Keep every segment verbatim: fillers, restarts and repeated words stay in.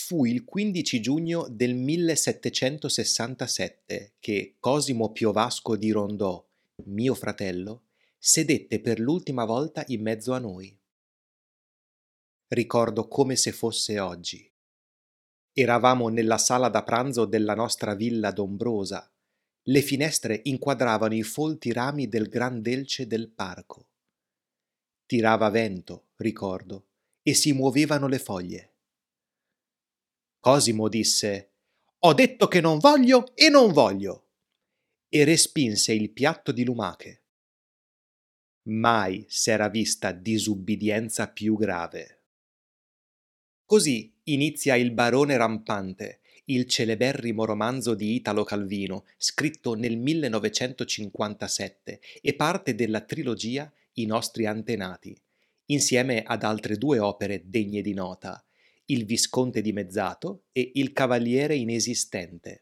Fu il quindici giugno del millesettecentosessantasette che Cosimo Piovasco di Rondò, mio fratello, sedette per l'ultima volta in mezzo a noi. Ricordo come se fosse oggi. Eravamo nella sala da pranzo della nostra villa d'Ombrosa. Le finestre inquadravano i folti rami del gran delce del parco. Tirava vento, ricordo, e si muovevano le foglie. Cosimo disse: «Ho detto che non voglio e non voglio!» e respinse il piatto di lumache. Mai s'era vista disubbidienza più grave. Così inizia Il barone rampante, il celeberrimo romanzo di Italo Calvino, scritto nel millenovecentocinquantasette e parte della trilogia I nostri antenati, insieme ad altre due opere degne di nota, Il visconte dimezzato e Il cavaliere inesistente.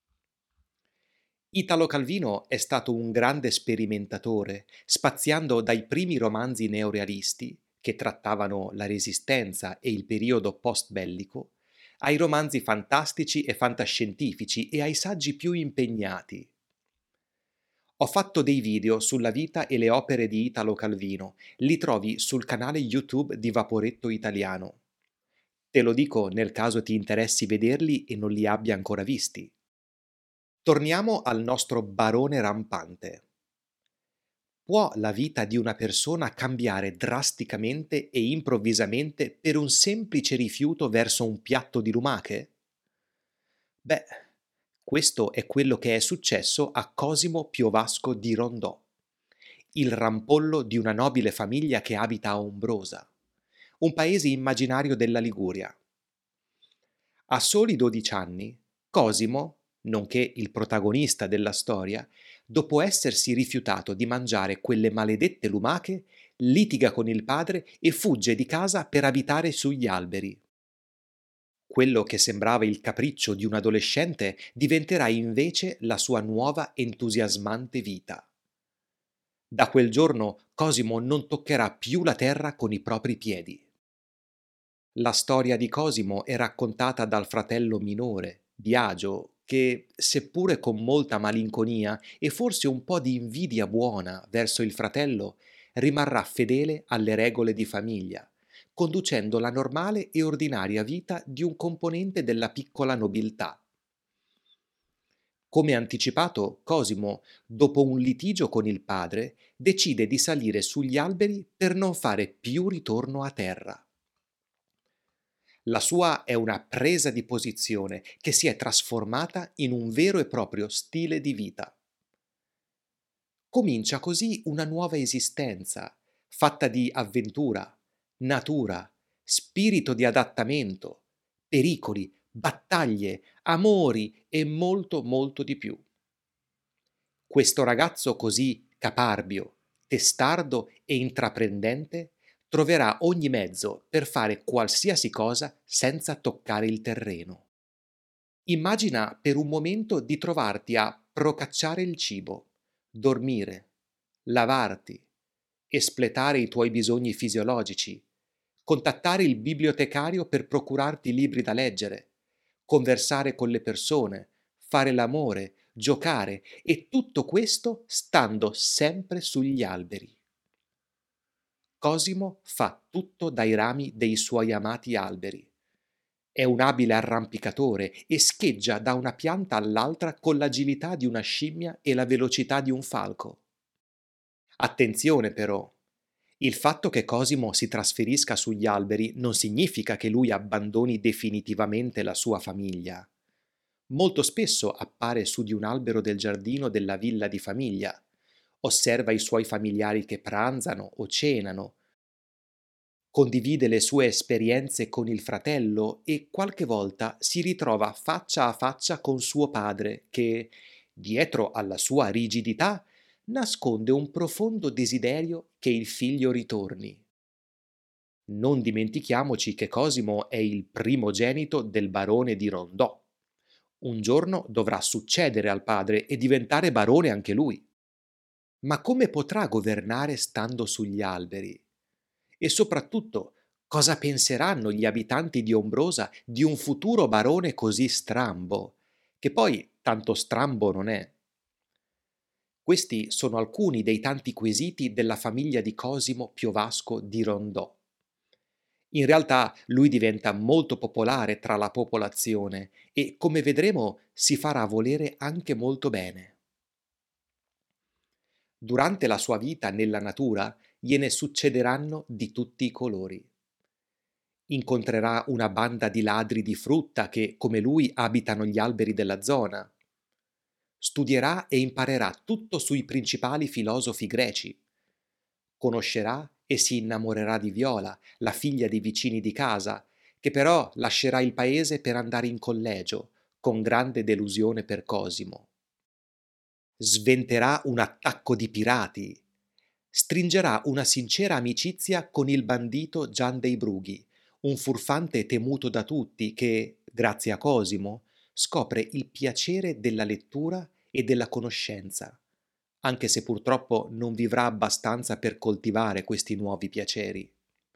Italo Calvino è stato un grande sperimentatore, spaziando dai primi romanzi neorealisti, che trattavano la Resistenza e il periodo post-bellico, ai romanzi fantastici e fantascientifici e ai saggi più impegnati. Ho fatto dei video sulla vita e le opere di Italo Calvino, li trovi sul canale YouTube di Vaporetto Italiano. Te lo dico nel caso ti interessi vederli e non li abbia ancora visti. Torniamo al nostro barone rampante. Può la vita di una persona cambiare drasticamente e improvvisamente per un semplice rifiuto verso un piatto di lumache? Beh, questo è quello che è successo a Cosimo Piovasco di Rondò, il rampollo di una nobile famiglia che abita a Ombrosa, un paese immaginario della Liguria. A soli dodici anni, Cosimo, nonché il protagonista della storia, dopo essersi rifiutato di mangiare quelle maledette lumache, litiga con il padre e fugge di casa per abitare sugli alberi. Quello che sembrava il capriccio di un adolescente diventerà invece la sua nuova entusiasmante vita. Da quel giorno Cosimo non toccherà più la terra con i propri piedi. La storia di Cosimo è raccontata dal fratello minore, Biagio, che, seppure con molta malinconia e forse un po' di invidia buona verso il fratello, rimarrà fedele alle regole di famiglia, conducendo la normale e ordinaria vita di un componente della piccola nobiltà. Come anticipato, Cosimo, dopo un litigio con il padre, decide di salire sugli alberi per non fare più ritorno a terra. La sua è una presa di posizione che si è trasformata in un vero e proprio stile di vita. Comincia così una nuova esistenza, fatta di avventura, natura, spirito di adattamento, pericoli, battaglie, amori e molto molto di più. Questo ragazzo così caparbio, testardo e intraprendente troverà ogni mezzo per fare qualsiasi cosa senza toccare il terreno. Immagina per un momento di trovarti a procacciare il cibo, dormire, lavarti, espletare i tuoi bisogni fisiologici, contattare il bibliotecario per procurarti libri da leggere, conversare con le persone, fare l'amore, giocare e tutto questo stando sempre sugli alberi. Cosimo fa tutto dai rami dei suoi amati alberi. È un abile arrampicatore e scheggia da una pianta all'altra con l'agilità di una scimmia e la velocità di un falco. Attenzione però, il fatto che Cosimo si trasferisca sugli alberi non significa che lui abbandoni definitivamente la sua famiglia. Molto spesso appare su di un albero del giardino della villa di famiglia, osserva i suoi familiari che pranzano o cenano, condivide le sue esperienze con il fratello e qualche volta si ritrova faccia a faccia con suo padre che, dietro alla sua rigidità, nasconde un profondo desiderio che il figlio ritorni. Non dimentichiamoci che Cosimo è il primogenito del barone di Rondò. Un giorno dovrà succedere al padre e diventare barone anche lui. Ma come potrà governare stando sugli alberi? E soprattutto, Cosa penseranno gli abitanti di Ombrosa di un futuro barone così strambo, che poi tanto strambo non è? Questi sono alcuni dei tanti quesiti della famiglia di Cosimo Piovasco di Rondò. In realtà lui diventa molto popolare tra la popolazione e, come vedremo, si farà volere anche molto bene. Durante la sua vita nella natura gliene succederanno di tutti i colori. Incontrerà una banda di ladri di frutta che, come lui, abitano gli alberi della zona. Studierà e imparerà tutto sui principali filosofi greci. Conoscerà e si innamorerà di Viola, la figlia dei vicini di casa, che però lascerà il paese per andare in collegio, con grande delusione per Cosimo. Sventerà un attacco di pirati. Stringerà una sincera amicizia con il bandito Gian dei Brughi, un furfante temuto da tutti che, grazie a Cosimo, scopre il piacere della lettura e della conoscenza, anche se purtroppo non vivrà abbastanza per coltivare questi nuovi piaceri.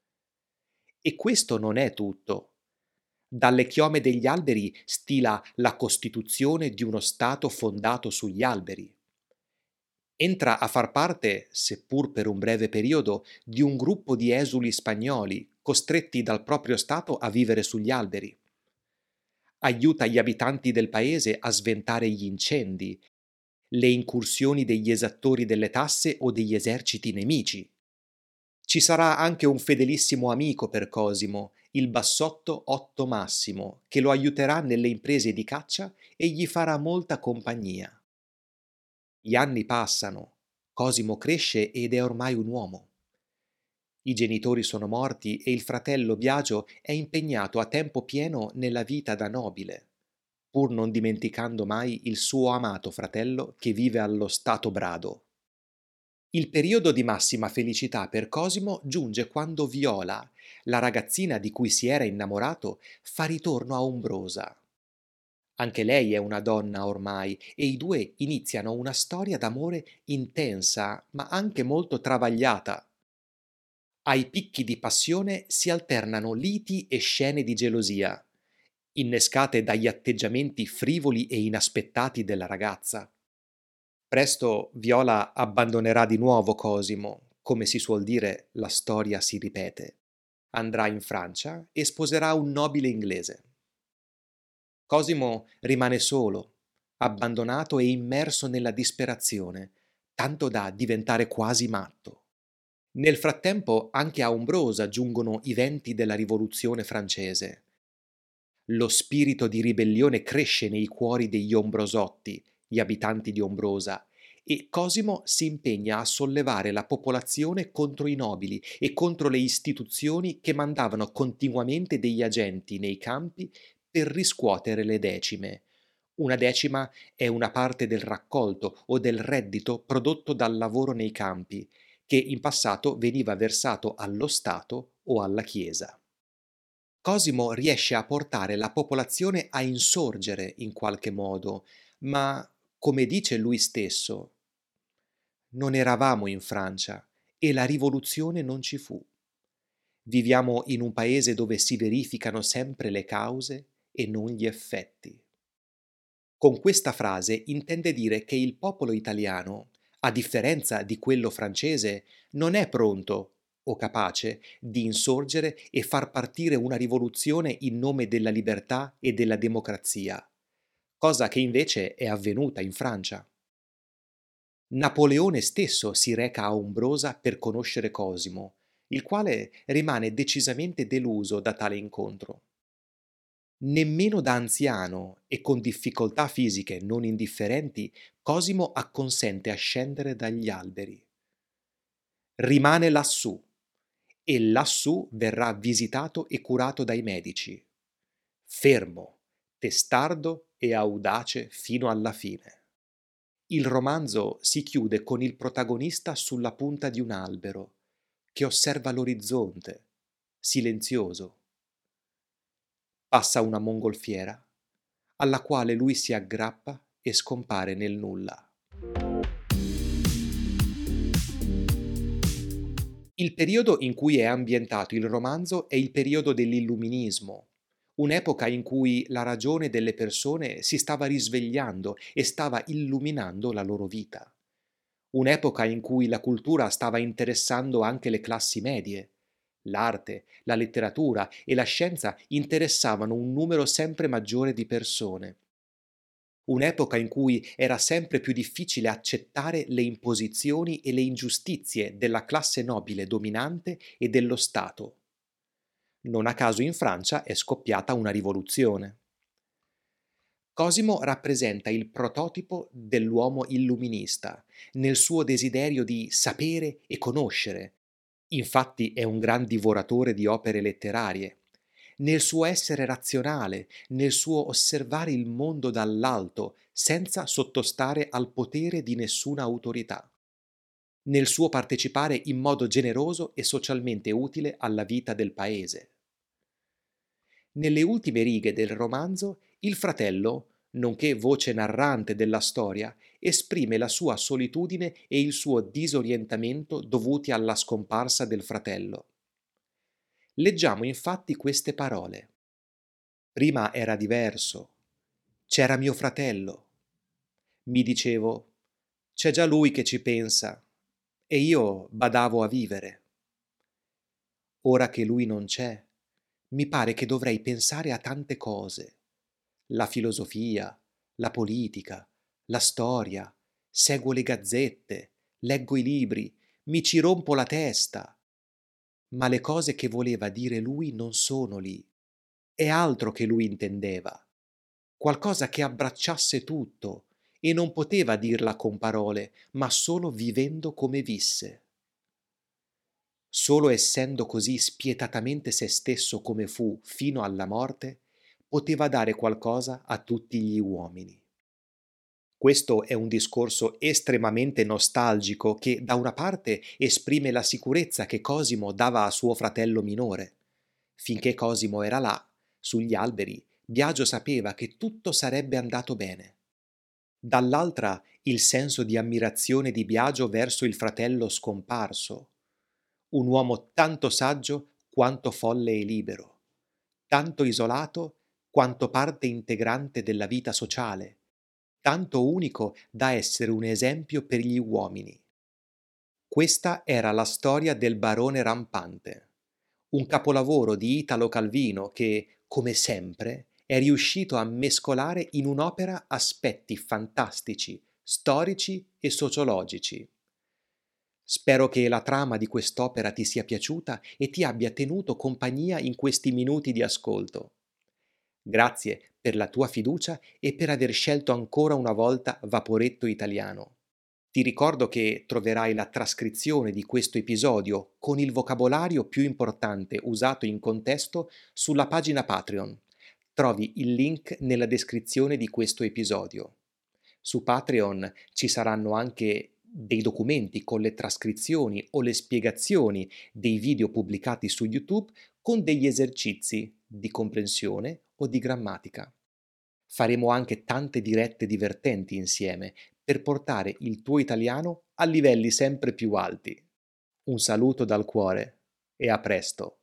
E questo non è tutto. Dalle chiome degli alberi stila la costituzione di uno Stato fondato sugli alberi. Entra a far parte, seppur per un breve periodo, di un gruppo di esuli spagnoli costretti dal proprio Stato a vivere sugli alberi. Aiuta gli abitanti del paese a sventare gli incendi, le incursioni degli esattori delle tasse o degli eserciti nemici. Ci sarà anche un fedelissimo amico per Cosimo, il bassotto Otto Massimo, che lo aiuterà nelle imprese di caccia e gli farà molta compagnia. Gli anni passano, Cosimo cresce ed è ormai un uomo. I genitori sono morti e il fratello Biagio è impegnato a tempo pieno nella vita da nobile, pur non dimenticando mai il suo amato fratello che vive allo Stato Brado. Il periodo di massima felicità per Cosimo giunge quando Viola, la ragazzina di cui si era innamorato, fa ritorno a Ombrosa. Anche lei è una donna ormai e i due iniziano una storia d'amore intensa, ma anche molto travagliata. Ai picchi di passione si alternano liti e scene di gelosia, innescate dagli atteggiamenti frivoli e inaspettati della ragazza. Presto Viola abbandonerà di nuovo Cosimo, come si suol dire, la storia si ripete. Andrà in Francia e sposerà un nobile inglese. Cosimo rimane solo, abbandonato e immerso nella disperazione, tanto da diventare quasi matto. Nel frattempo anche a Ombrosa giungono i venti della rivoluzione francese. Lo spirito di ribellione cresce nei cuori degli ombrosotti, gli abitanti di Ombrosa, e Cosimo si impegna a sollevare la popolazione contro i nobili e contro le istituzioni che mandavano continuamente degli agenti nei campi per riscuotere le decime. Una decima è una parte del raccolto o del reddito prodotto dal lavoro nei campi, che in passato veniva versato allo Stato o alla Chiesa. Cosimo riesce a portare la popolazione a insorgere in qualche modo, ma, come dice lui stesso, non eravamo in Francia e la rivoluzione non ci fu. Viviamo in un paese dove si verificano sempre le cause e non gli effetti. Con questa frase intende dire che il popolo italiano, a differenza di quello francese, non è pronto o capace di insorgere e far partire una rivoluzione in nome della libertà e della democrazia, cosa che invece è avvenuta in Francia. Napoleone stesso si reca a Ombrosa per conoscere Cosimo, il quale rimane decisamente deluso da tale incontro. Nemmeno da anziano e con difficoltà fisiche non indifferenti, Cosimo acconsente a scendere dagli alberi. Rimane lassù e lassù verrà visitato e curato dai medici. Fermo, testardo e audace fino alla fine. Il romanzo si chiude con il protagonista sulla punta di un albero, che osserva l'orizzonte, silenzioso. Passa una mongolfiera, alla quale lui si aggrappa e scompare nel nulla. Il periodo in cui è ambientato il romanzo è il periodo dell'Illuminismo, un'epoca in cui la ragione delle persone si stava risvegliando e stava illuminando la loro vita. Un'epoca in cui la cultura stava interessando anche le classi medie. L'arte, la letteratura e la scienza interessavano un numero sempre maggiore di persone. Un'epoca in cui era sempre più difficile accettare le imposizioni e le ingiustizie della classe nobile dominante e dello Stato. Non a caso in Francia è scoppiata una rivoluzione. Cosimo rappresenta il prototipo dell'uomo illuminista, nel suo desiderio di sapere e conoscere. Infatti è un gran divoratore di opere letterarie. Nel suo essere razionale, nel suo osservare il mondo dall'alto, senza sottostare al potere di nessuna autorità. Nel suo partecipare in modo generoso e socialmente utile alla vita del paese. Nelle ultime righe del romanzo, il fratello, nonché voce narrante della storia, esprime la sua solitudine e il suo disorientamento dovuti alla scomparsa del fratello. Leggiamo infatti queste parole. Prima era diverso. C'era mio fratello. Mi dicevo, c'è già lui che ci pensa, e io badavo a vivere. Ora che lui non c'è, mi pare che dovrei pensare a tante cose. La filosofia, la politica, la storia, seguo le gazzette, leggo i libri, mi ci rompo la testa. Ma le cose che voleva dire lui non sono lì. È altro che lui intendeva. Qualcosa che abbracciasse tutto, e non poteva dirla con parole, ma solo vivendo come visse. Solo essendo così spietatamente se stesso come fu fino alla morte, poteva dare qualcosa a tutti gli uomini. Questo è un discorso estremamente nostalgico che da una parte esprime la sicurezza che Cosimo dava a suo fratello minore. Finché Cosimo era là, sugli alberi, Biagio sapeva che tutto sarebbe andato bene. Dall'altra il senso di ammirazione di Biagio verso il fratello scomparso, un uomo tanto saggio quanto folle e libero, tanto isolato quanto parte integrante della vita sociale, tanto unico da essere un esempio per gli uomini. Questa era la storia del barone rampante, un capolavoro di Italo Calvino che, come sempre, è riuscito a mescolare in un'opera aspetti fantastici, storici e sociologici. Spero che la trama di quest'opera ti sia piaciuta e ti abbia tenuto compagnia in questi minuti di ascolto. Grazie per la tua fiducia e per aver scelto ancora una volta Vaporetto Italiano. Ti ricordo che troverai la trascrizione di questo episodio con il vocabolario più importante usato in contesto sulla pagina Patreon. Trovi il link nella descrizione di questo episodio. Su Patreon ci saranno anche dei documenti con le trascrizioni o le spiegazioni dei video pubblicati su YouTube con degli esercizi di comprensione o di grammatica. Faremo anche tante dirette divertenti insieme per portare il tuo italiano a livelli sempre più alti. Un saluto dal cuore e a presto!